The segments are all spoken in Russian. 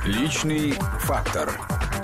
Личный фактор.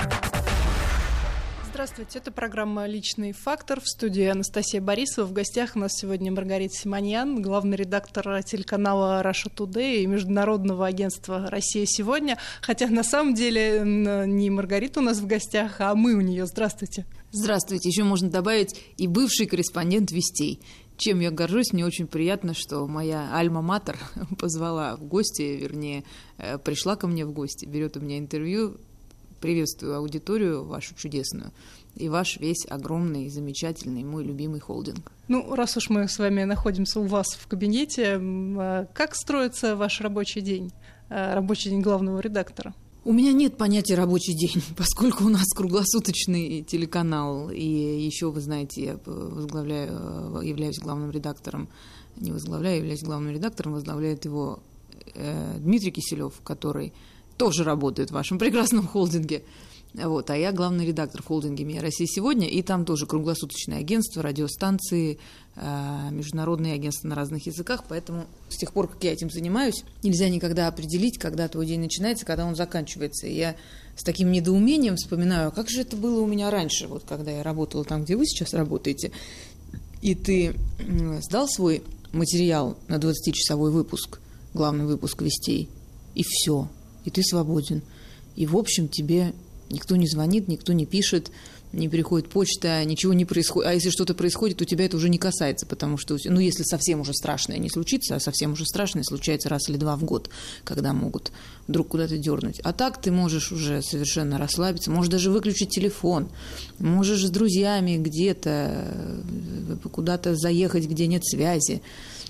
Здравствуйте, это программа «Личный фактор». В студии Анастасия Борисова. В гостях у нас сегодня Маргарита Симоньян, главный редактор телеканала Russia Today и международного агентства «Россия сегодня». Хотя на самом деле не Маргарита у нас в гостях, а мы у нее. Здравствуйте. Здравствуйте. Еще можно добавить и бывший корреспондент «Вестей». Чем я горжусь, мне очень приятно, что моя альма-матер позвала в гости, вернее, пришла ко мне в гости, берет у меня интервью. Приветствую аудиторию вашу чудесную и ваш весь огромный, замечательный, мой любимый холдинг. Ну, раз уж мы с вами находимся у вас в кабинете, как строится ваш рабочий день главного редактора? У меня нет понятия «рабочий день», поскольку у нас круглосуточный телеканал, и еще, вы знаете, я являюсь главным редактором, являюсь главным редактором, возглавляет его Дмитрий Киселев, который тоже работает в вашем прекрасном холдинге. Вот, а я главный редактор в холдинге «МИА Россия сегодня», и там тоже круглосуточное агентство, радиостанции, международные агентства на разных языках, поэтому с тех пор, как я этим занимаюсь, нельзя никогда определить, когда твой день начинается, когда он заканчивается. И я с таким недоумением вспоминаю, как же это было у меня раньше, вот когда я работала там, где вы сейчас работаете, и ты сдал свой материал на 20-часовой выпуск, главный выпуск «Вестей», и все, и ты свободен. И, в общем, тебе никто не звонит, никто не пишет, не приходит почта, ничего не происходит. А если что-то происходит, то тебя это уже не касается, потому что, если совсем уже страшное не случится, а совсем уже страшное случается раз или два в год, когда могут вдруг куда-то дернуть. А так ты можешь уже совершенно расслабиться, можешь даже выключить телефон, можешь с друзьями где-то, куда-то заехать, где нет связи,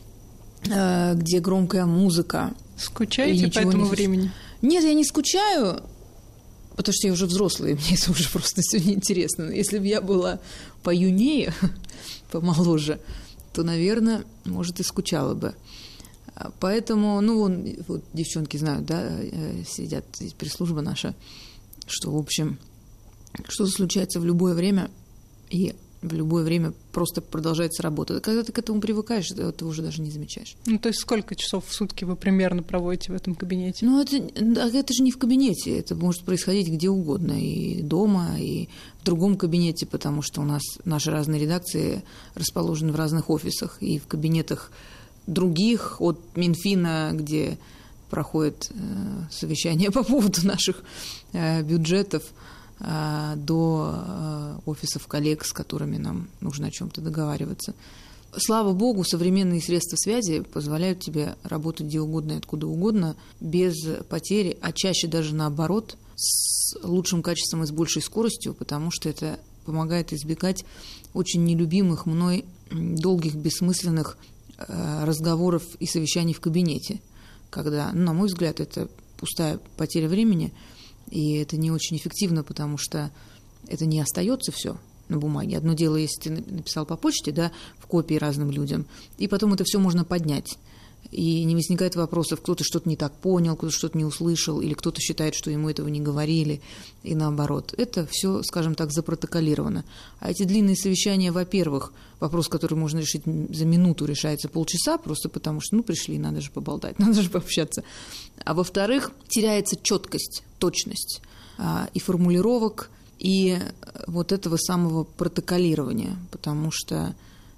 где громкая музыка. Скучаете по этому времени? Нет, я не скучаю, потому что я уже взрослая, мне это уже просто все неинтересно. Если бы я была поюнее, помоложе, то, наверное, может, и скучала бы. Поэтому, вот девчонки знают, да, сидят здесь пресс-служба наша, что, в общем, что-то случается в любое время, и в любое время просто продолжается работа. Когда ты к этому привыкаешь, ты уже даже не замечаешь. То есть сколько часов в сутки вы примерно проводите в этом кабинете? Это же не в кабинете, это может происходить где угодно, и дома, и в другом кабинете, потому что у нас наши разные редакции расположены в разных офисах, и в кабинетах других, от Минфина, где проходит совещание по поводу наших бюджетов, до офисов коллег, с которыми нам нужно о чем-то договариваться. Слава богу, современные средства связи позволяют тебе работать где угодно и откуда угодно, без потери, а чаще даже наоборот, с лучшим качеством и с большей скоростью, потому что это помогает избегать очень нелюбимых мной долгих, бессмысленных разговоров и совещаний в кабинете, когда, на мой взгляд, это пустая потеря времени, и это не очень эффективно, потому что это не остается все на бумаге. Одно дело, если ты написал по почте, да, в копии разным людям, и потом это все можно поднять. И не возникает вопросов, кто-то что-то не так понял, кто-то что-то не услышал, или кто-то считает, что ему этого не говорили, и наоборот. Это все, скажем так, запротоколировано. А эти длинные совещания, во-первых, вопрос, который можно решить за минуту, решается полчаса, просто потому что, пришли, надо же поболтать, надо же пообщаться. А во-вторых, теряется четкость, точность и формулировок, и вот этого самого протоколирования, потому что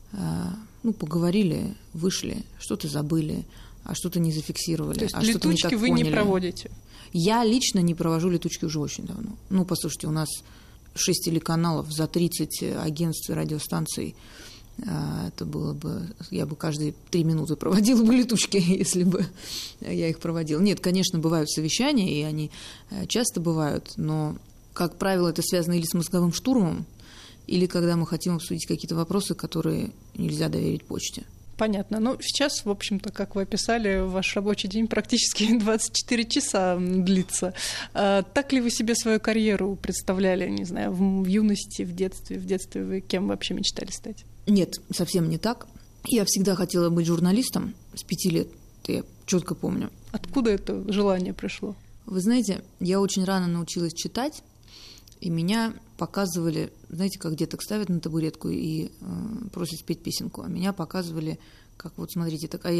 поговорили, вышли, что-то забыли, а что-то не зафиксировали. То есть а что-то не так летучки вы поняли. Не проводите? Я лично не провожу летучки уже очень давно. Послушайте, у нас 6 телеканалов за 30 агентств и радиостанций. Это было бы... Я бы каждые 3 минуты проводила бы летучки, если бы я их проводила. Нет, конечно, бывают совещания, и они часто бывают, но, как правило, это связано или с мозговым штурмом, или когда мы хотим обсудить какие-то вопросы, которые нельзя доверить почте. Понятно. Сейчас, в общем-то, как вы описали, ваш рабочий день практически 24 часа длится. Так ли вы себе свою карьеру представляли, не знаю, в юности, в детстве? В детстве вы кем вообще мечтали стать? Нет, совсем не так. Я всегда хотела быть журналистом с 5 лет, это я четко помню. Откуда это желание пришло? Вы знаете, я очень рано научилась читать, и меня показывали, знаете, как деток ставят на табуретку и просят спеть песенку, а меня показывали, как вот смотрите, я еще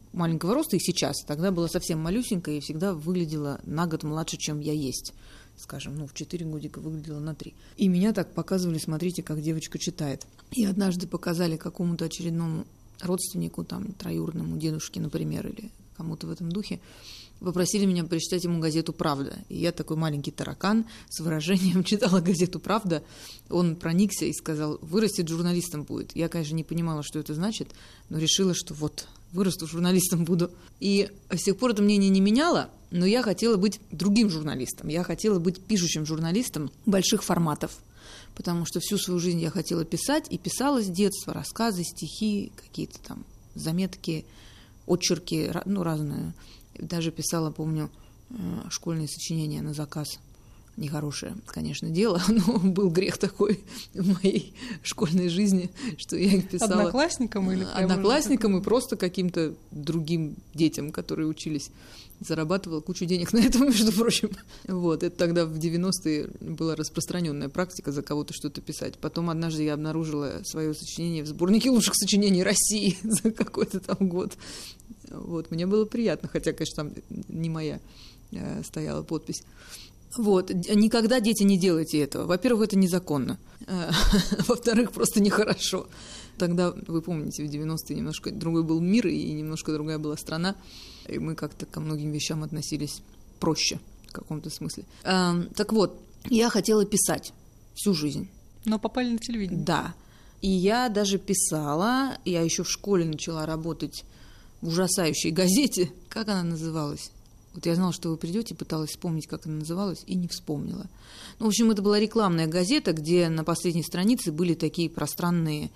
маленького роста и сейчас. Тогда была совсем малюсенькая и всегда выглядела на год младше, чем я есть. Скажем, в 4 годика выглядела на 3. И меня так показывали, смотрите, как девочка читает. И однажды показали какому-то очередному родственнику, там, троюродному дедушке, например, или кому-то в этом духе, попросили меня прочитать ему газету «Правда». И я такой маленький таракан с выражением читала газету «Правда». Он проникся и сказал: вырастет, журналистом будет. Я, конечно, не понимала, что это значит, но решила, что вот, вырасту, журналистом буду. И с тех пор это мнение не меняло, но я хотела быть другим журналистом. Я хотела быть пишущим журналистом больших форматов, потому что всю свою жизнь я хотела писать, и писала с детства рассказы, стихи, какие-то там заметки, очерки, разные. Даже писала, помню, школьные сочинения на заказ. Нехорошее, конечно, дело, но был грех такой в моей школьной жизни, что я их писала. Одноклассникам или прямо Одноклассникам и просто каким-то другим детям, которые учились. Зарабатывала кучу денег на этом, между прочим. Вот, это тогда в 90-е была распространенная практика за кого-то что-то писать. Потом однажды я обнаружила свое сочинение в сборнике лучших сочинений России за какой-то там год. Вот, мне было приятно, хотя, конечно, там не моя стояла подпись. Вот, никогда, дети, не делайте этого. Во-первых, это незаконно. Во-вторых, просто нехорошо. Тогда, вы помните, в 90-е немножко другой был мир, и немножко другая была страна, и мы как-то ко многим вещам относились проще в каком-то смысле. Так вот, я хотела писать всю жизнь. Но попали на телевидение. Да. И я даже писала, я еще в школе начала работать в ужасающей газете. Как она называлась? Вот я знала, что вы придете, пыталась вспомнить, как она называлась, и не вспомнила. Ну, в общем, это была рекламная газета, где на последней странице были такие пространные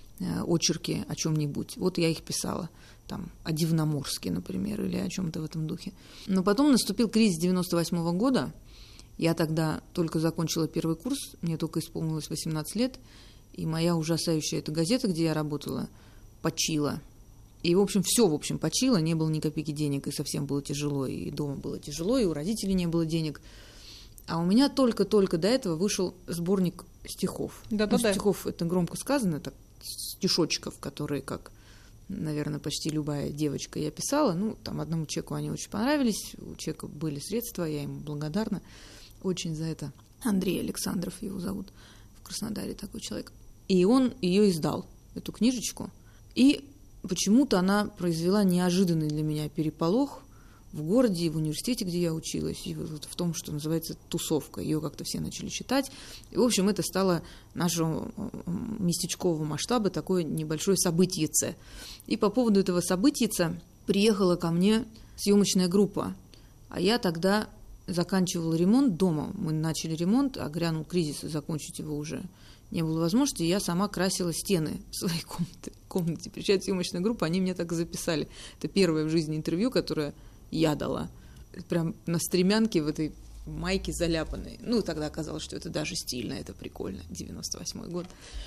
очерки о чем-нибудь. Вот я их писала, там, о Дивноморске, например, или о чем-то в этом духе. Но потом наступил кризис 98-го года. Я тогда только закончила первый курс, мне только исполнилось 18 лет, и моя ужасающая эта газета, где я работала, почила. И, в общем, все, почило, не было ни копейки денег, и совсем было тяжело, и дома было тяжело, и у родителей не было денег. А у меня только-только до этого вышел сборник стихов. Да-да-да. Стихов, это громко сказано, так, стишочков, которые, как, наверное, почти любая девочка я писала. Ну, там одному человеку они очень понравились, у человека были средства, я ему благодарна очень за это. Андрей Александров его зовут, в Краснодаре такой человек. И он ее издал, эту книжечку, и почему-то она произвела неожиданный для меня переполох в городе, в университете, где я училась, и вот в том, что называется тусовка. Ее как-то все начали читать. И, в общем, это стало нашего местечкового масштаба такое небольшое событиеце. И по поводу этого событиеца приехала ко мне съемочная группа. А я тогда заканчивала ремонт дома. Мы начали ремонт, а грянул кризис, и закончить его уже не было возможности, и я сама красила стены в своей комнате. Приезжает съемочная группа, они меня так и записали. Это первое в жизни интервью, которое я дала. Прям на стремянке в этой майке заляпанной. Ну, тогда оказалось, что это даже стильно, это прикольно. 98-й год.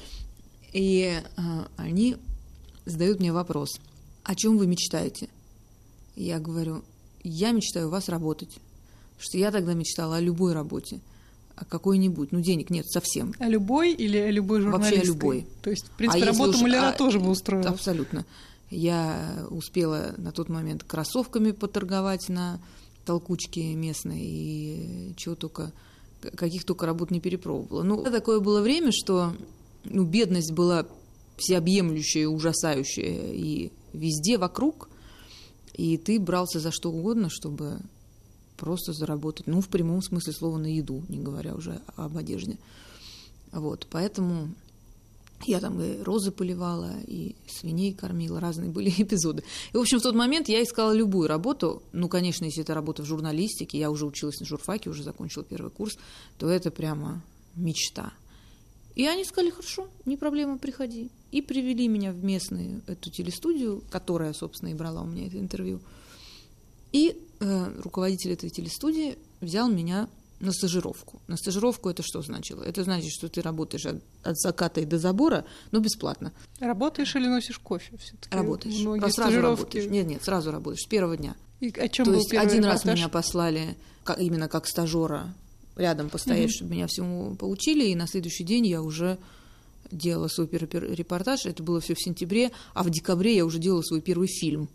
И они задают мне вопрос: о чем вы мечтаете? И я говорю: я мечтаю у вас работать. Потому что я тогда мечтала о любой работе. А какой-нибудь, денег нет совсем. А любой или о любой журналистской? Вообще о любой. То есть, в принципе, работу маляра тоже бы устроила. Абсолютно. Я успела на тот момент кроссовками поторговать на толкучке местной, и чего только, каких только работ не перепробовала. Такое было время, что бедность была всеобъемлющая, ужасающая, и везде вокруг, и ты брался за что угодно, чтобы просто заработать, в прямом смысле слова, на еду, не говоря уже об одежде. Вот, поэтому я там и розы поливала, и свиней кормила, разные были эпизоды. И, в общем, в тот момент я искала любую работу. Конечно, если это работа в журналистике, я уже училась на журфаке, уже закончила первый курс, то это прямо мечта. И они сказали: хорошо, не проблема, приходи. И привели меня в местную эту телестудию, которая, собственно, и брала у меня это интервью. И руководитель этой телестудии взял меня на стажировку. На стажировку это что значило? Это значит, что ты работаешь от заката и до забора, но бесплатно. Работаешь или носишь кофе? Все-таки работаешь. Сразу работаешь. Нет, сразу работаешь, с первого дня. И о чем То был есть первый один репортаж? раз меня послали именно как стажера рядом постоять, чтобы меня всему поучили, и на следующий день я уже делала свой первый репортаж. Это было все в сентябре, а в декабре я уже делала свой первый фильм.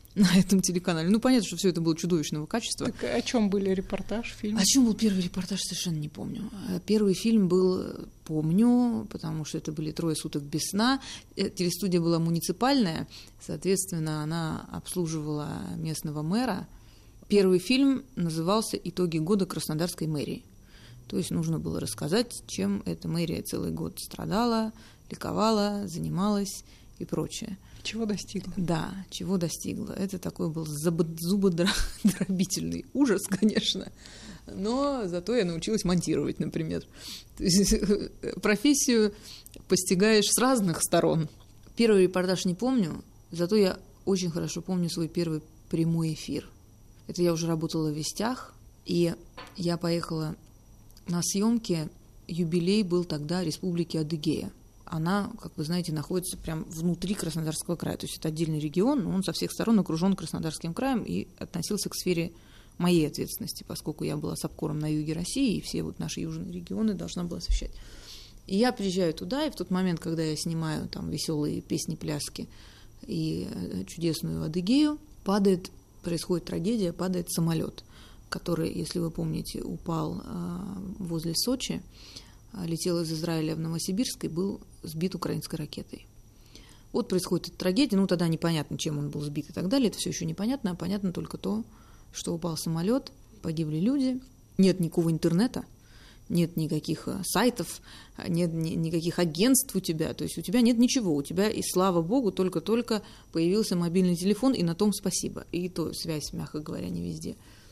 на этом телеканале. Ну, понятно, что все это было чудовищного качества. Так о чем были репортаж, фильм? О чем был первый репортаж, совершенно не помню. Первый фильм был, помню, потому что это были «Трое суток без сна». Телестудия была муниципальная, соответственно, она обслуживала местного мэра. Первый фильм назывался «Итоги года Краснодарской мэрии». То есть нужно было рассказать, чем эта мэрия целый год страдала, ликовала, занималась и прочее. Чего достигла? Да, чего достигла. Это такой был зубодробительный ужас, конечно, но зато я научилась монтировать, например. То есть профессию постигаешь с разных сторон. Первый репортаж не помню, зато я очень хорошо помню свой первый прямой эфир. Это я уже работала в «Вестях», и я поехала на съемки. Юбилей был тогда Республики Адыгея. Она, как вы знаете, находится прямо внутри Краснодарского края. То есть это отдельный регион, но он со всех сторон окружен Краснодарским краем и относился к сфере моей ответственности, поскольку я была сапкором на юге России, и все вот наши южные регионы должна была освещать. И я приезжаю туда, и в тот момент, когда я снимаю там веселые песни-пляски и чудесную Адыгею, происходит трагедия, падает самолет, который, если вы помните, упал возле Сочи, летел из Израиля в Новосибирск и был сбит украинской ракетой. Вот происходит эта трагедия, тогда непонятно, чем он был сбит и так далее, это все еще непонятно, а понятно только то, что упал самолет, погибли люди, нет никакого интернета, нет никаких сайтов, нет никаких агентств у тебя, то есть у тебя нет ничего, у тебя, и слава богу, только-только появился мобильный телефон, и на том спасибо, и то связь, мягко говоря, не везде.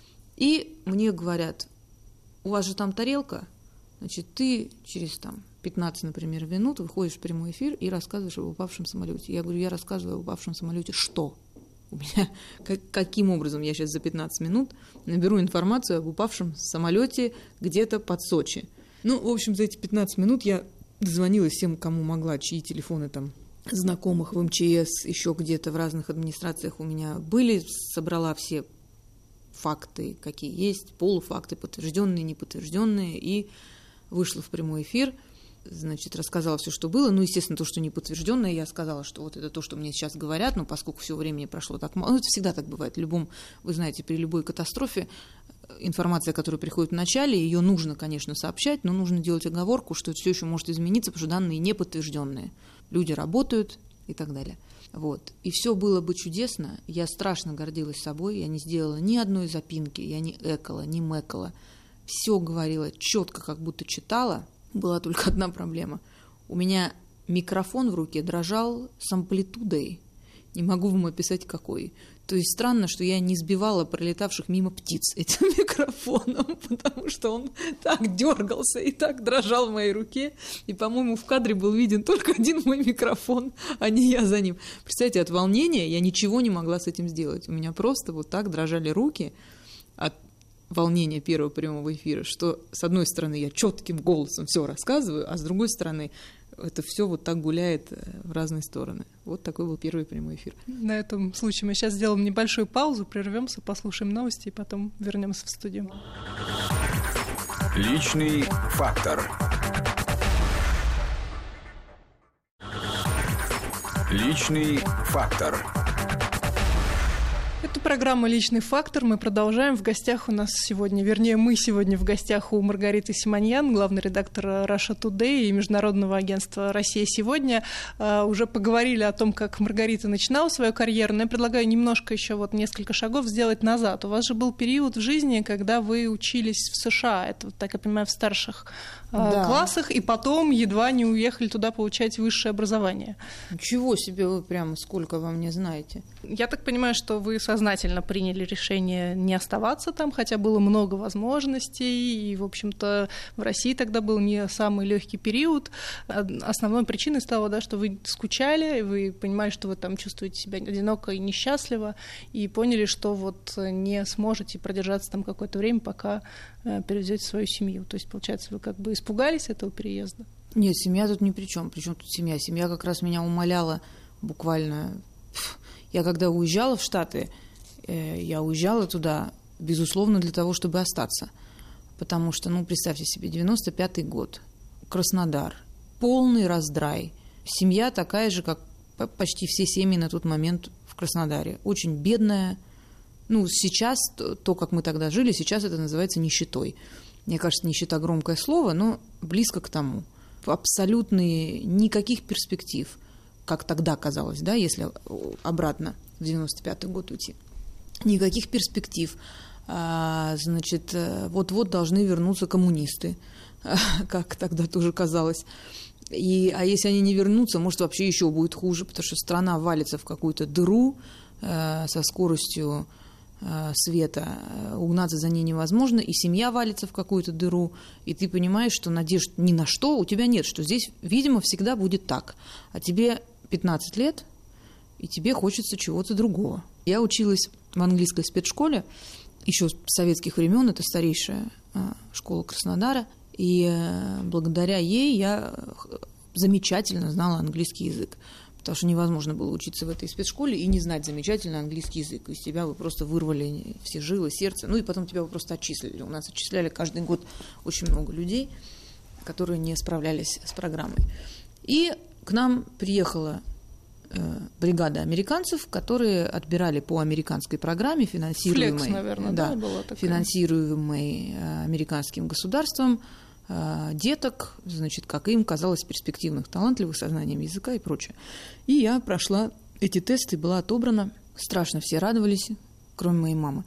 И мне говорят, у вас же там тарелка, значит, ты через 15, например, минут выходишь в прямой эфир и рассказываешь об упавшем самолете. Я говорю, я рассказываю об упавшем самолете что? У меня каким образом я сейчас за 15 минут наберу информацию об упавшем самолете где-то под Сочи? В общем, за эти 15 минут я дозвонилась всем, кому могла, чьи телефоны там знакомых в МЧС, еще где-то в разных администрациях у меня были, собрала все факты, какие есть, полуфакты, подтвержденные, неподтвержденные, и вышла в прямой эфир, значит, рассказала все, что было. Естественно, то, что не подтвержденное, я сказала, что вот это то, что мне сейчас говорят, но поскольку все времени прошло так мало, это всегда так бывает. Вы знаете, при любой катастрофе информация, которая приходит в начале, ее нужно, конечно, сообщать, но нужно делать оговорку, что это все еще может измениться, потому что данные не подтвержденные. Люди работают и так далее. Вот. И все было бы чудесно. Я страшно гордилась собой, я не сделала ни одной запинки, я не экала, не мэкала. Все говорила четко, как будто читала. Была только одна проблема. У меня микрофон в руке дрожал с амплитудой. Не могу вам описать, какой. То есть странно, что я не сбивала пролетавших мимо птиц этим микрофоном, потому что он так дергался и так дрожал в моей руке. И, по-моему, в кадре был виден только один мой микрофон, а не я за ним. Представляете, от волнения я ничего не могла с этим сделать. У меня просто вот так дрожали руки от волнения первого прямого эфира, что, с одной стороны, я четким голосом все рассказываю, а с другой стороны, это все вот так гуляет в разные стороны. Вот такой был первый прямой эфир. На этом случае мы сейчас сделаем небольшую паузу, прервемся, послушаем новости и потом вернемся в студию. Личный фактор. Личный фактор. Это программа «Личный фактор». Мы продолжаем. В гостях у нас сегодня, мы сегодня в гостях у Маргариты Симоньян, главный редактор Russia Today и Международного агентства «Россия сегодня». Уже поговорили о том, как Маргарита начинала свою карьеру, но я предлагаю немножко еще несколько шагов сделать назад. У вас же был период в жизни, когда вы учились в США, это, так я понимаю, в старших классах, и потом едва не уехали туда получать высшее образование. Ничего себе, вы прямо сколько во мне знаете. Я так понимаю, что вы сознательно приняли решение не оставаться там, хотя было много возможностей, и, в общем-то, в России тогда был не самый легкий период. Основной причиной стало, что вы скучали, вы понимали, что вы там чувствуете себя одиноко и несчастливо, и поняли, что не сможете продержаться там какое-то время, пока перевезете свою семью. То есть, получается, вы как бы испугались этого переезда? Нет, семья тут ни при чем. Причем тут семья? Семья как раз меня умоляла буквально. Я когда уезжала в Штаты, я уезжала туда, безусловно, для того, чтобы остаться. Потому что, представьте себе, 95-й год, Краснодар, полный раздрай. Семья такая же, как почти все семьи на тот момент в Краснодаре, очень бедная. Ну, сейчас, то, как мы тогда жили, сейчас это называется нищетой. Мне кажется, нищета громкое слово, но близко к тому. Абсолютно никаких перспектив, как тогда казалось, да, если обратно в 95-й год уйти. Никаких перспектив. Значит, вот-вот должны вернуться коммунисты, как тогда тоже казалось. А если они не вернутся, может, вообще еще будет хуже, потому что страна валится в какую-то дыру со скоростью света, угнаться за ней невозможно, и семья валится в какую-то дыру, и ты понимаешь, что надежд ни на что у тебя нет, что здесь, видимо, всегда будет так. А тебе 15 лет, и тебе хочется чего-то другого. Я училась в английской спецшколе еще с советских времен, это старейшая школа Краснодара, и благодаря ей я замечательно знала английский язык. Потому что невозможно было учиться в этой спецшколе и не знать замечательно английский язык. Из тебя вы просто вырвали все жилы, сердце, ну и потом тебя вы просто отчислили. У нас отчисляли каждый год очень много людей, которые не справлялись с программой. И к нам приехала бригада американцев, которые отбирали по американской программе, финансируемой, Флекс, наверное, да, была такая. финансируемой американским государством, деток, значит, как им казалось, перспективных, талантливых, со знанием языка и прочее. И я прошла эти тесты, была отобрана. Страшно все радовались, кроме моей мамы.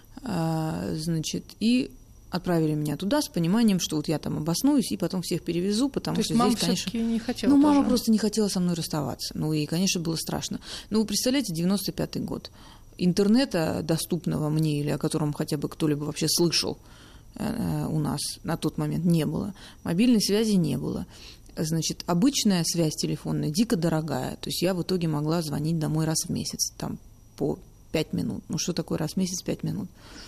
Значит, и отправили меня туда с пониманием, что вот я там обоснуюсь и потом всех перевезу, потому что мама здесь, конечно... всё-таки не хотела. Ну, мама тоже. просто не хотела со мной расставаться. Ну, и, конечно, было страшно. Ну, вы представляете, 95-й год. Интернета, доступного мне или о котором хотя бы кто-либо вообще слышал, у нас на тот момент не было. Мобильной связи не было. Значит, обычная связь телефонная дико дорогая. То есть я в итоге могла звонить домой раз в месяц, там, по 5 минут. Ну, что такое раз в месяц 5 минут?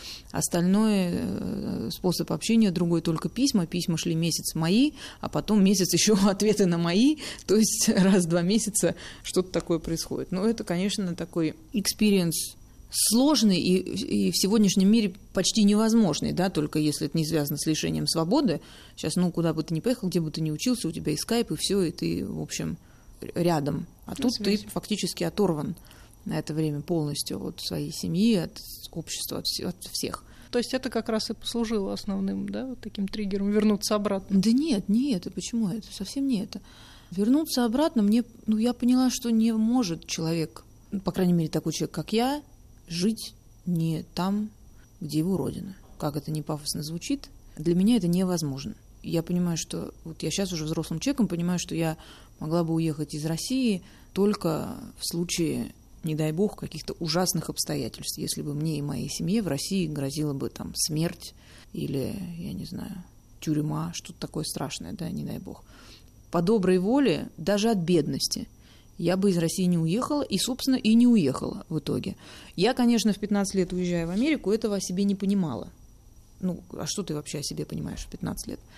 Остальной способ общения другой, только письма. Письма шли месяц мои, а потом месяц еще ответы на мои. То есть раз в 2 месяца что-то такое происходит. Но это, конечно, такой экспириенс сложный и в сегодняшнем мире почти невозможный, да, только если это не связано с лишением свободы. Сейчас, ну, куда бы ты ни поехал, где бы ты ни учился, у тебя и скайп, и все, и ты, в общем, рядом. А тут ты фактически оторван на это время полностью от своей семьи, от общества, от всех. То есть это как раз и послужило основным, да, вот таким триггером вернуться обратно? Да нет, не это. Почему это? Совсем не это. Вернуться обратно я поняла, что не может человек, по крайней мере, такой человек, как я, жить не там, где его родина. Как это не пафосно звучит, для меня это невозможно. Я понимаю, что вот я сейчас уже взрослым человеком понимаю, что я могла бы уехать из России только в случае, не дай бог, каких-то ужасных обстоятельств, если бы мне и моей семье в России грозила бы там смерть или, я не знаю, тюрьма, что-то такое страшное, да, не дай бог. По доброй воле, даже от бедности, я бы из России не уехала, и, собственно, и не уехала в итоге. Я, конечно, в 15 лет, уезжая в Америку, этого о себе не понимала. Ну, а что ты вообще о себе понимаешь в 15 лет?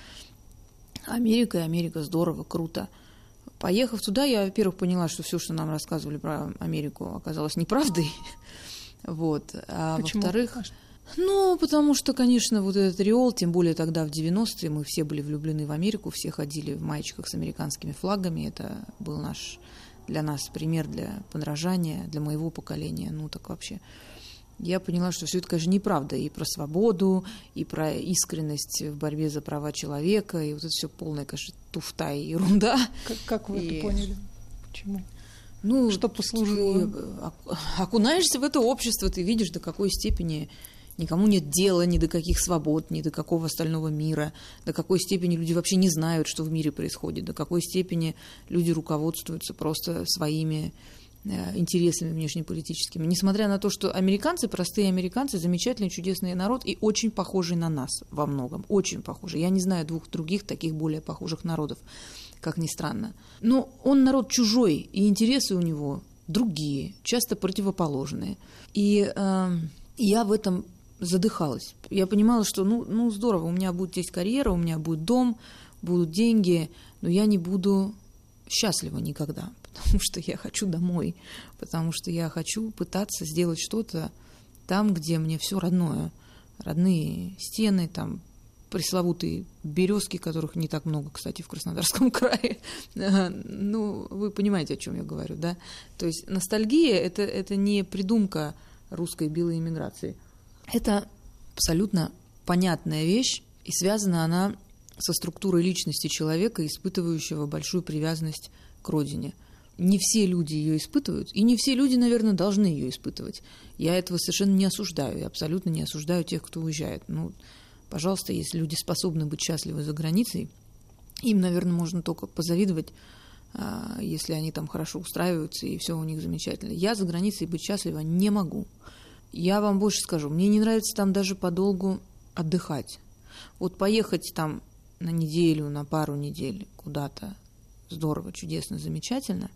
Америка, здорово, круто. Поехав туда, я, во-первых, поняла, что все, что нам рассказывали про Америку, оказалось неправдой. Вот. А почему? Во-вторых, потому что, конечно, вот этот ореол, тем более тогда, в 90-е, мы все были влюблены в Америку, все ходили в маечках с американскими флагами. Это был для нас пример для подражания, для моего поколения. Ну, так вообще. Я поняла, что все это, конечно, неправда. И про свободу, и про искренность в борьбе за права человека. И вот это все полная, конечно, туфта и ерунда. Как вы это поняли? Почему? Ну, что послужило? Ты окунаешься в это общество, ты видишь, до какой степени никому нет дела ни до каких свобод, ни до какого остального мира, до какой степени люди вообще не знают, что в мире происходит, до какой степени люди руководствуются просто своими интересами внешнеполитическими. Несмотря на то, что американцы, простые американцы, замечательный, чудесный народ и очень похожий на нас во многом, очень похожий. Я не знаю двух других таких более похожих народов, как ни странно. Но он народ чужой, и интересы у него другие, часто противоположные. И я в этом задыхалась. Я понимала, что здорово, у меня будет здесь карьера, у меня будет дом, будут деньги, но я не буду счастлива никогда, потому что я хочу домой, потому что я хочу пытаться сделать что-то там, где мне все родное. Родные стены, там пресловутые березки, которых не так много, кстати, в Краснодарском крае. Ну, вы понимаете, о чем я говорю, да? То есть ностальгия – это не придумка русской белой эмиграции. Это абсолютно понятная вещь, и связана она со структурой личности человека, испытывающего большую привязанность к родине. Не все люди ее испытывают, и не все люди, наверное, должны ее испытывать. Я этого совершенно не осуждаю, я абсолютно не осуждаю тех, кто уезжает. Ну, пожалуйста, если люди способны быть счастливы за границей, им, наверное, можно только позавидовать, если они там хорошо устраиваются и все у них замечательно. Я за границей быть счастлива не могу. Я вам больше скажу, мне не нравится там даже подолгу отдыхать. Вот поехать там на неделю, на пару недель куда-то здорово, чудесно, замечательно,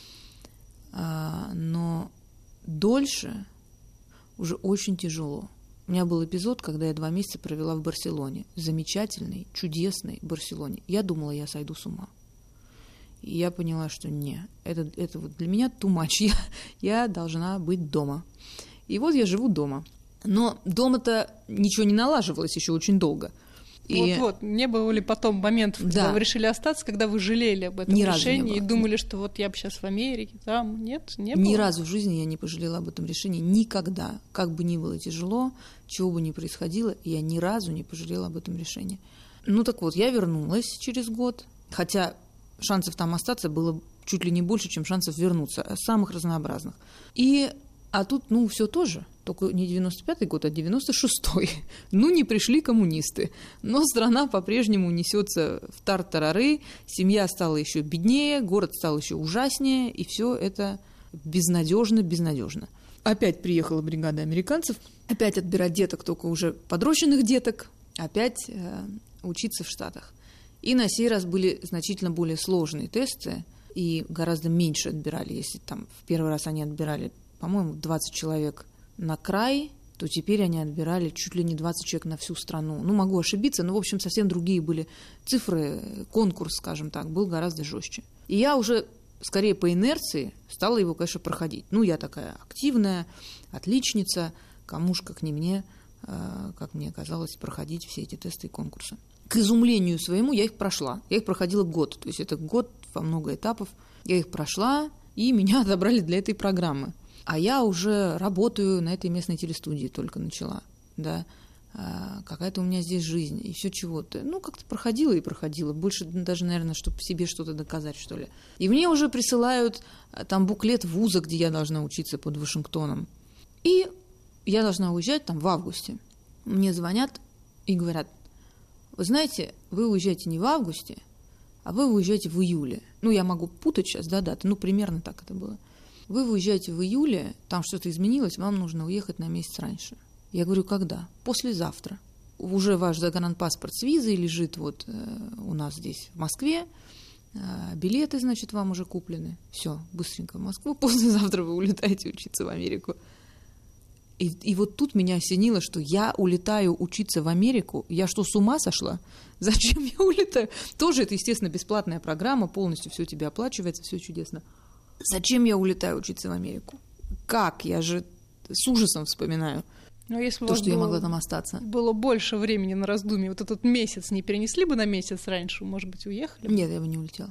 но дольше уже очень тяжело. У меня был эпизод, когда я 2 месяца провела в Барселоне. Замечательной, чудесной Барселоне. Я думала, я сойду с ума. И я поняла, что не, это вот для меня too much. Я должна быть дома. И вот я живу дома. Но дома-то ничего не налаживалось еще очень долго. Вот, не было ли потом моментов, когда вы решили остаться, когда вы жалели об этом решении и думали, что вот я бы сейчас в Америке, там, нет, не было? Ни разу в жизни я не пожалела об этом решении, никогда. Как бы ни было тяжело, чего бы ни происходило, я ни разу не пожалела об этом решении. Ну так вот, я вернулась через год, хотя шансов там остаться было чуть ли не больше, чем шансов вернуться, самых разнообразных. А тут, все тоже, только не 95-й год, а 96-й. Не пришли коммунисты. Но страна по-прежнему несется в тартарары, семья стала еще беднее, город стал еще ужаснее, и все это безнадежно. Опять приехала бригада американцев, опять отбирать деток, только уже подрощенных деток, опять учиться в Штатах. И на сей раз были значительно более сложные тесты, и гораздо меньше отбирали. Если там в первый раз они отбирали, по-моему, 20 человек на край, то теперь они отбирали чуть ли не 20 человек на всю страну. Могу ошибиться, но, в общем, совсем другие были цифры, конкурс, скажем так, был гораздо жестче. И я уже, скорее по инерции, стала его, конечно, проходить. Я такая активная, отличница, кому ж, как не мне, как мне казалось, проходить все эти тесты и конкурсы. К изумлению своему я их прошла. Я их проходила год, то есть это год во много этапов. Я их прошла, и меня отобрали для этой программы. А я уже работаю на этой местной телестудии, только начала, да, какая-то у меня здесь жизнь, и все чего-то. Как-то проходила и проходила, больше даже, наверное, чтобы себе что-то доказать, что ли. И мне уже присылают там буклет вуза, где я должна учиться под Вашингтоном. И я должна уезжать там в августе. Мне звонят и говорят: вы знаете, вы уезжаете не в августе, а вы уезжаете в июле. Я могу путать сейчас, да, даты, примерно так это было. Вы уезжаете в июле, там что-то изменилось, вам нужно уехать на месяц раньше. Я говорю, когда? Послезавтра. Уже ваш загранпаспорт с визой лежит вот у нас здесь в Москве, билеты, значит, вам уже куплены. Все, быстренько в Москву, послезавтра вы улетаете учиться в Америку. И вот тут меня осенило, что я улетаю учиться в Америку. Я что, с ума сошла? Зачем я улетаю? Тоже это, естественно, бесплатная программа, полностью все тебе оплачивается, все чудесно. Зачем я улетаю учиться в Америку? Как? Я же с ужасом вспоминаю если то, что я могла там остаться. Было больше времени на раздумье, вот этот месяц не перенесли бы на месяц раньше, может быть, уехали? Нет, я бы не улетела.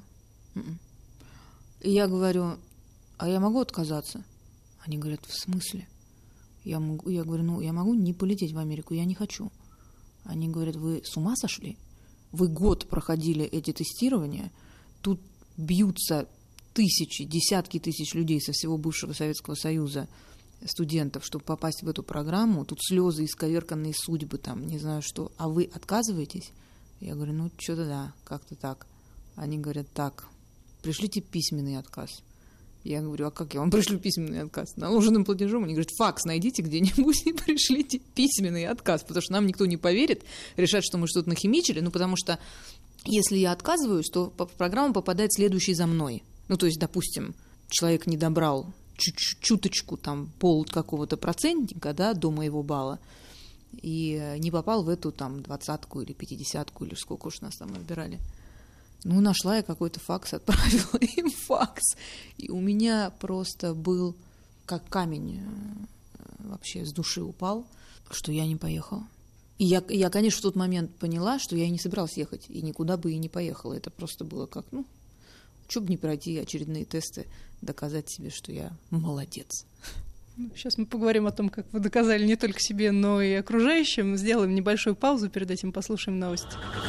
И я говорю, а я могу отказаться? Они говорят, в смысле? Я говорю, я могу не полететь в Америку, я не хочу. Они говорят, вы с ума сошли? Вы год проходили эти тестирования, тут бьются тысячи, десятки тысяч людей со всего бывшего Советского Союза, студентов, чтобы попасть в эту программу, тут слезы, исковерканные судьбы, там, не знаю что, а вы отказываетесь? Я говорю, что-то да, как-то так. Они говорят, так, пришлите письменный отказ. Я говорю, а как я вам пришлю письменный отказ? Наложенным платежом? Они говорят, факс найдите где-нибудь и пришлите письменный отказ, потому что нам никто не поверит, решат, что мы что-то нахимичили, потому что если я отказываюсь, то в программу попадает следующий за мной. То есть, допустим, человек не добрал чуточку, там, пол какого-то процентника, да, до моего балла, и не попал в эту, там, 20-ку или 50-ку, или сколько уж нас там отбирали. Нашла я какой-то факс, отправила им факс, и у меня просто был, как камень вообще с души упал, что я не поехала. И я, конечно, в тот момент поняла, что я и не собиралась ехать, и никуда бы и не поехала. Это просто было как, что бы не пройти очередные тесты, доказать себе, что я молодец. Сейчас мы поговорим о том, как вы доказали не только себе, но и окружающим. Сделаем небольшую паузу, перед этим послушаем новости.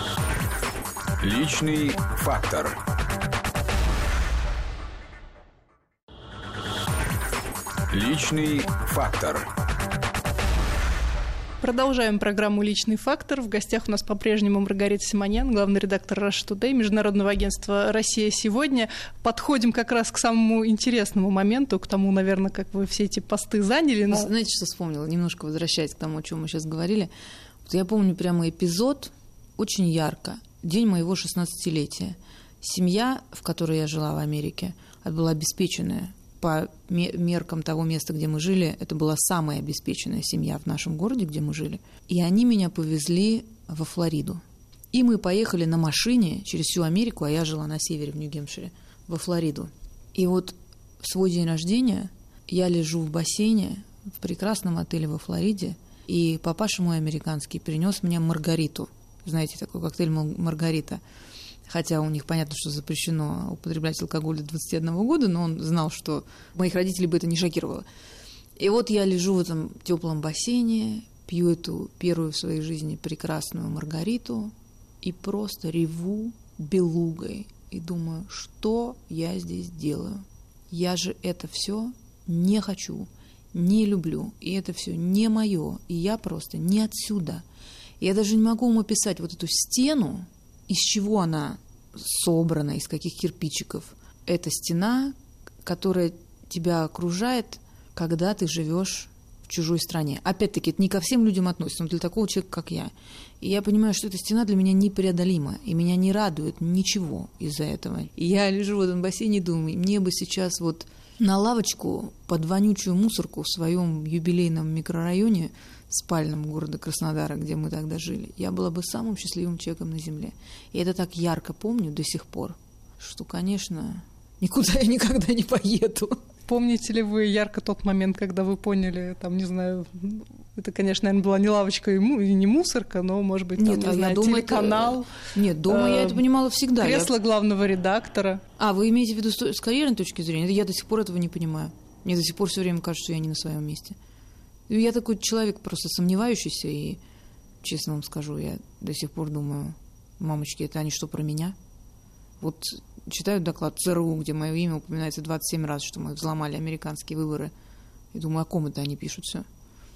Личный фактор. Личный фактор. Продолжаем программу «Личный фактор». В гостях у нас по-прежнему Маргарита Симоньян, главный редактор Russia Today, международного агентства «Россия сегодня». Подходим как раз к самому интересному моменту, к тому, наверное, как вы все эти посты заняли. Но... Знаете, что вспомнила? Немножко возвращаясь к тому, о чем мы сейчас говорили. Вот я помню прямо эпизод очень ярко. День моего 16-летия. Семья, в которой я жила в Америке, была обеспеченная. По меркам того места, где мы жили, это была самая обеспеченная семья в нашем городе, где мы жили. И они меня повезли во Флориду. И мы поехали на машине через всю Америку, а я жила на севере, в Нью-Гэмпшире, во Флориду. И вот в свой день рождения я лежу в бассейне в прекрасном отеле во Флориде, и папаша мой американский принес мне маргариту. Знаете, такой коктейль «Маргарита». Хотя у них понятно, что запрещено употреблять алкоголь до 21 года, но он знал, что моих родителей бы это не шокировало. И вот я лежу в этом теплом бассейне, пью эту первую в своей жизни прекрасную маргариту и просто реву белугой и думаю, что я здесь делаю? Я же это все не хочу, не люблю, и это все не мое, и я просто не отсюда. Я даже не могу вам описать вот эту стену, из чего она собрана, из каких кирпичиков. Это стена, которая тебя окружает, когда ты живешь в чужой стране. Опять-таки, это не ко всем людям относится, но для такого человека, как я. И я понимаю, что эта стена для меня непреодолима, и меня не радует ничего из-за этого. И я лежу в этом бассейне и думаю, мне бы сейчас вот на лавочку под вонючую мусорку в своем юбилейном микрорайоне спальном города Краснодара, где мы тогда жили, я была бы самым счастливым человеком на земле. И это так ярко помню до сих пор, что, конечно, никуда я никогда не поеду. Помните ли вы ярко тот момент, когда вы поняли, там, не знаю, это, конечно, наверное, была не лавочка и не мусорка, но, может быть, там, нет, не знаю, телеканал. Нет, дома я это понимала всегда. Кресло главного редактора. А, вы имеете в виду с карьерной точки зрения? Я до сих пор этого не понимаю. Мне до сих пор все время кажется, что я не на своем месте. Я такой человек просто сомневающийся, и, честно вам скажу, я до сих пор думаю, мамочки, это они что, про меня? Вот читаю доклад ЦРУ, где мое имя упоминается 27 раз, что мы взломали американские выборы, и думаю, о ком это они пишут все?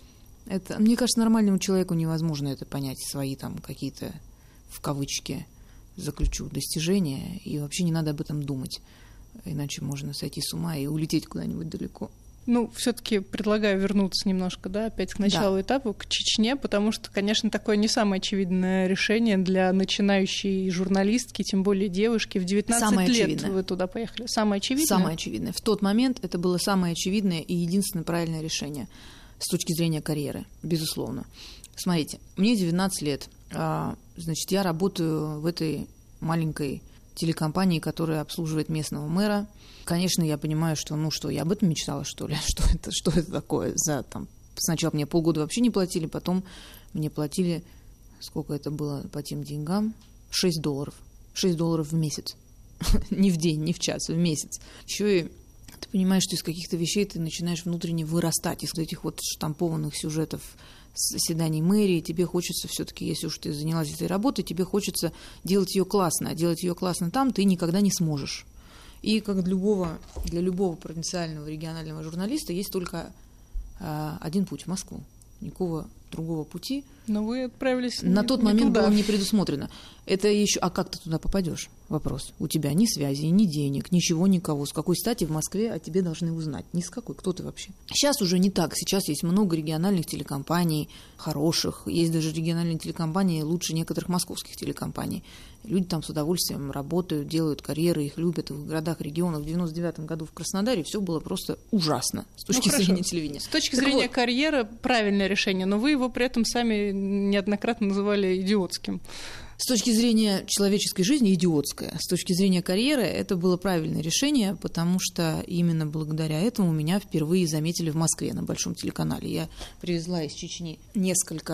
Это, мне кажется, нормальному человеку невозможно это понять, свои там какие-то, в кавычки, заключу, достижения, и вообще не надо об этом думать, иначе можно сойти с ума и улететь куда-нибудь далеко. Ну, все-таки предлагаю вернуться немножко, да, опять к началу этапа, к Чечне, потому что, конечно, такое не самое очевидное решение для начинающей журналистки, тем более девушки. В 19 лет вы туда поехали. Самое очевидное? Самое очевидное. В тот момент это было самое очевидное и единственное правильное решение с точки зрения карьеры, безусловно. Смотрите, мне 19 лет, значит, я работаю в этой маленькой телекомпании, которая обслуживает местного мэра. Конечно, я понимаю, что, я об этом мечтала, что ли? Что это такое? Сначала мне полгода вообще не платили, потом мне платили, сколько это было по тем деньгам? $6. $6 в месяц. Не в день, не в час, в месяц. Еще и ты понимаешь, что из каких-то вещей ты начинаешь внутренне вырастать, из этих вот штампованных сюжетов заседаний мэрии, тебе хочется все-таки, если уж ты занялась этой работой, тебе хочется делать ее классно, а делать ее классно там ты никогда не сможешь. И как для любого провинциального регионального журналиста есть только один путь в Москву. Никакого другого пути. Но вы отправились на тот момент туда. Было не предусмотрено. Это еще, а как ты туда попадешь? Вопрос. У тебя ни связи, ни денег, ничего, никого. С какой стати в Москве о тебе должны узнать? Ни с какой. Кто ты вообще? Сейчас уже не так. Сейчас есть много региональных телекомпаний, хороших. Есть даже региональные телекомпании лучше некоторых московских телекомпаний. Люди там с удовольствием работают, делают карьеры, их любят в городах, регионах. В 99 году в Краснодаре все было просто ужасно с точки зрения телевидения. С точки зрения карьеры правильное решение, но вы его при этом сами неоднократно называли идиотским. С точки зрения человеческой жизни идиотское. С точки зрения карьеры это было правильное решение, потому что именно благодаря этому меня впервые заметили в Москве на большом телеканале. Я привезла из Чечни несколько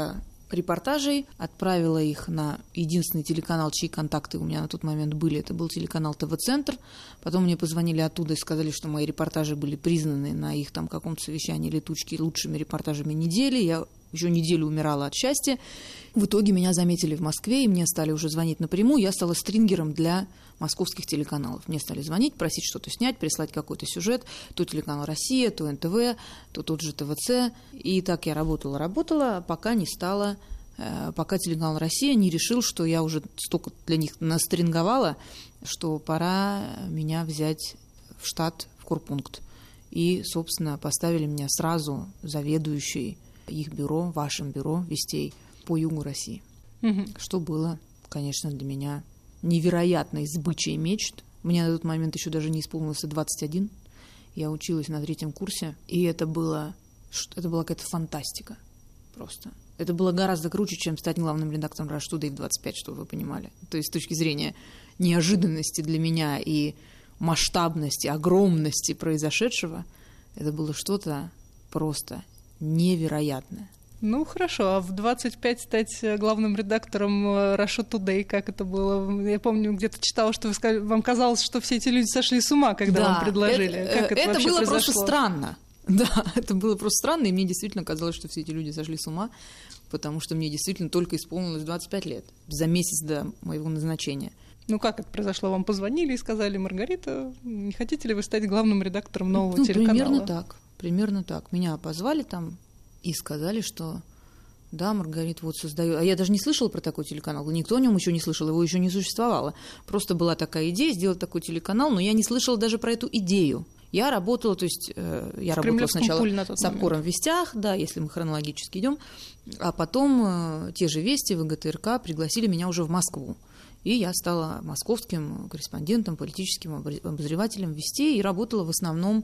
репортажей, отправила их на единственный телеканал, чьи контакты у меня на тот момент были. Это был телеканал ТВ-центр. Потом мне позвонили оттуда и сказали, что мои репортажи были признаны на их там каком-то совещании «Летучки» лучшими репортажами недели. Я еще неделю умирала от счастья. В итоге меня заметили в Москве, и мне стали уже звонить напрямую. Я стала стрингером для московских телеканалов. Мне стали звонить, просить что-то снять, прислать какой-то сюжет. То телеканал «Россия», то НТВ, то тот же ТВЦ. И так я работала, пока не стала... Пока телеканал «Россия» не решил, что я уже столько для них настринговала, что пора меня взять в штат, в корпункт. И, собственно, поставили меня сразу заведующей их бюро, вашим бюро вестей по югу России. Что было, конечно, для меня невероятной сбычей мечт. Мне на тот момент еще даже не исполнилось 21. Я училась на 3-м курсе, и это была какая-то фантастика просто. Это было гораздо круче, чем стать главным редактором Russia Today в 25, чтобы вы понимали. То есть с точки зрения неожиданности для меня и масштабности, огромности произошедшего, это было что-то просто невероятное. Ну, хорошо, а в 25 стать главным редактором Russia Today, как это было? Я помню, где-то читала, что вам казалось, что все эти люди сошли с ума, когда вам предложили. Как это вообще было произошло? Просто странно. Да, это было просто странно, и мне действительно казалось, что все эти люди сошли с ума, потому что мне действительно только исполнилось 25 лет, за месяц до моего назначения. Ну, как это произошло? Вам позвонили и сказали: Маргарита, не хотите ли вы стать главным редактором нового телеканала? Примерно так. Меня позвали там и сказали, что да, Маргарита, вот создаю. А я даже не слышала про такой телеканал, никто о нем еще не слышал, его еще не существовало. Просто была такая идея сделать такой телеканал, но я не слышала даже про эту идею. Я работала, то есть я работала сначала с обкором в «Вестях», да, если мы хронологически идем, а потом те же «Вести», ВГТРК пригласили меня уже в Москву. И я стала московским корреспондентом, политическим обозревателем «Вестей» и работала в основном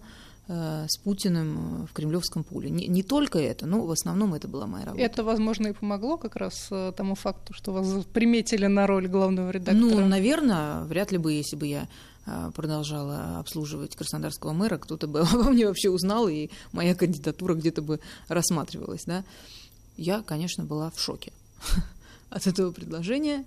с Путиным в Кремлевском пуле. Не только это, но в основном это была моя работа. Это, возможно, и помогло как раз тому факту, что вас приметили на роль главного редактора? Ну, наверное, вряд ли бы, если бы я продолжала обслуживать краснодарского мэра, кто-то бы обо мне вообще узнал, и моя кандидатура где-то бы рассматривалась. Да? Я, конечно, была в шоке от этого предложения.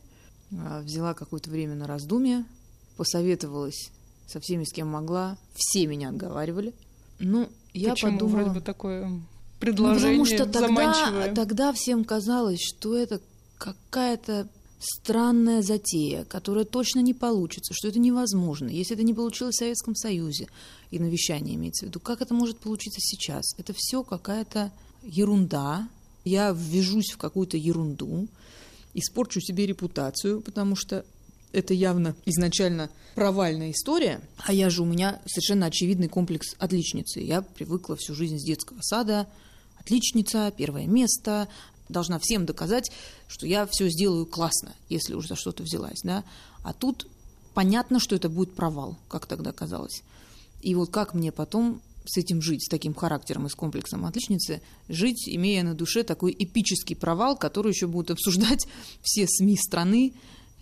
Взяла какое-то время на раздумье, посоветовалась со всеми, с кем могла. Все меня отговаривали. Ну, я Почему? подумала... Вроде бы такое предложение потому что заманчивое. тогда всем казалось, что это какая-то странная затея, которая точно не получится, что это невозможно. Если это не получилось в Советском Союзе, и на вещание имеется в виду, как это может получиться сейчас? Это все какая-то ерунда. Я ввяжусь в какую-то ерунду, испорчу себе репутацию, потому что это явно изначально провальная история, а у меня совершенно очевидный комплекс отличницы. Я привыкла всю жизнь с детского сада, отличница, первое место, должна всем доказать, что я все сделаю классно, если уже за что-то взялась, да. А тут понятно, что это будет провал, как тогда казалось. И вот как мне потом с этим жить, с таким характером и с комплексом отличницы, жить, имея на душе такой эпический провал, который еще будут обсуждать все СМИ страны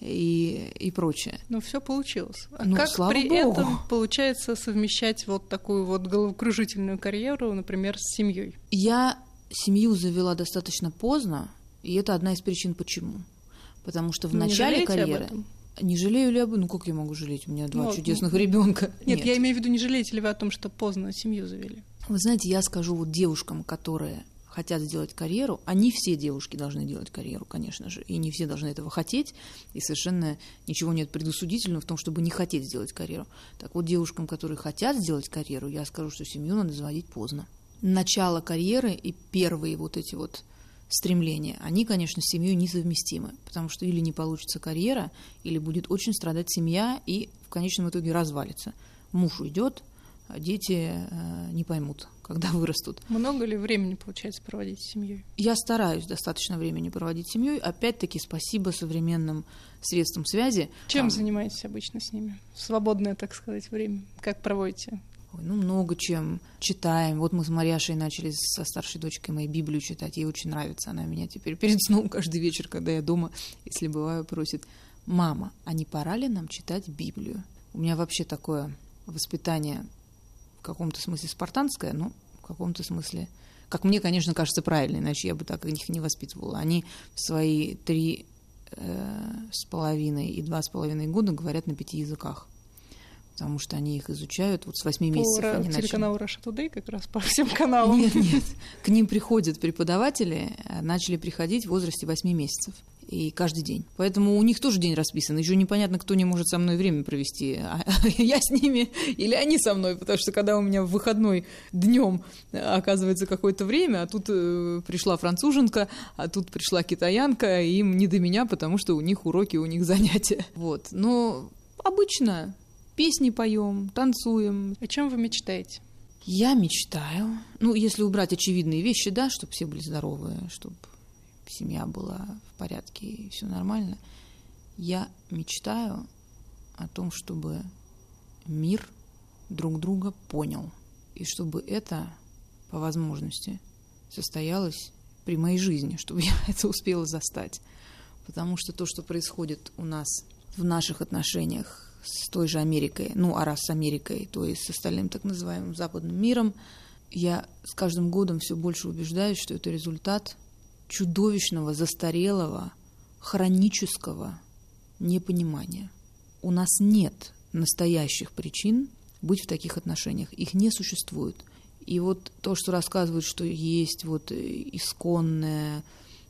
и прочее. Ну, все получилось. А ну, как слава при Богу. этом получается совмещать вот такую вот головокружительную карьеру, например, с семьей? Я семью завела достаточно поздно, и это одна из причин, почему. Потому что в начале карьеры... Не жалею ли об этом? Ну, как я могу жалеть? У меня два чудесных ребенка. Нет, я имею в виду, не жалеете ли вы о том, что поздно семью завели? Вы знаете, я скажу вот девушкам, которые хотят сделать карьеру, а не все девушки должны делать карьеру, конечно же, и не все должны этого хотеть, и совершенно ничего нет предосудительного в том, чтобы не хотеть сделать карьеру. Так вот, девушкам, которые хотят сделать карьеру, я скажу, что семью надо заводить поздно. Начало карьеры и первые вот эти вот стремления, они, конечно, с семьей несовместимы, потому что или не получится карьера, или будет очень страдать семья, и в конечном итоге развалится. Муж уйдет, а дети не поймут, когда вырастут. Много ли времени получается проводить с семьей? Я стараюсь достаточно времени проводить с семьей. Опять-таки, спасибо современным средствам связи. Чем занимаетесь обычно с ними? Свободное, так сказать, время. Как проводите? Ой, много чем. Читаем. Вот мы с Марьяшей начали со старшей дочкой моей Библию читать. Ей очень нравится. Она меня теперь перед сном каждый вечер, когда я дома, если бываю, просит: «Мама, а не пора ли нам читать Библию?» У меня вообще такое воспитание в каком-то смысле спартанское, но в каком-то смысле как мне, конечно, кажется, правильно, иначе я бы так их не воспитывала. Они в свои 3,5 и 2,5 года говорят на 5 языках, потому что они их изучают вот с 8 месяцев. По телеканалу Russia Today как раз по всем каналам? Нет. К ним приходят преподаватели, начали приходить в возрасте 8 месяцев. И каждый день. Поэтому у них тоже день расписан. Еще непонятно, кто не может со мной время провести. Я с ними или они со мной. Потому что когда у меня в выходной днем оказывается какое-то время, а тут пришла француженка, а тут пришла китаянка, и им не до меня, потому что у них уроки, у них занятия. Вот. Но обычно песни поем, танцуем. О чем вы мечтаете? Я мечтаю, если убрать очевидные вещи, да, чтобы все были здоровы, чтобы семья была в порядке и все нормально. Я мечтаю о том, чтобы мир друг друга понял, и чтобы это, по возможности, состоялось при моей жизни, чтобы я это успела застать. Потому что то, что происходит у нас в наших отношениях с той же Америкой, а раз с Америкой, то и с остальным так называемым западным миром, я с каждым годом все больше убеждаюсь, что это результат чудовищного, застарелого, хронического непонимания. У нас нет настоящих причин быть в таких отношениях. Их не существует. И вот то, что рассказывают, что есть исконное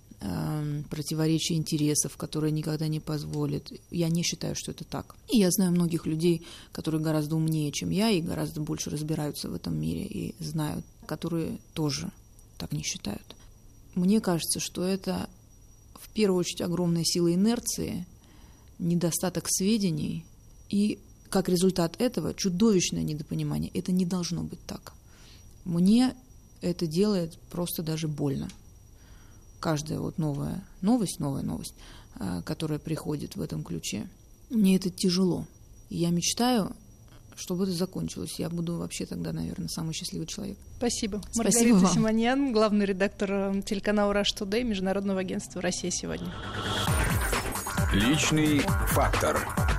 противоречие интересов, которое никогда не позволит, я не считаю, что это так. И я знаю многих людей, которые гораздо умнее, чем я, и гораздо больше разбираются в этом мире и знают, которые тоже так не считают. Мне кажется, что это в первую очередь огромная сила инерции, недостаток сведений и, как результат этого, чудовищное недопонимание. Это не должно быть так. Мне это делает просто даже больно. Каждая новая новость, которая приходит в этом ключе, мне это тяжело. И я мечтаю, чтобы это закончилось. Я буду вообще тогда, наверное, самый счастливый человек. Спасибо. Спасибо Маргарита вам. Симоньян, главный редактор телеканала Russia Today, Международного агентства «Россия сегодня». Личный фактор.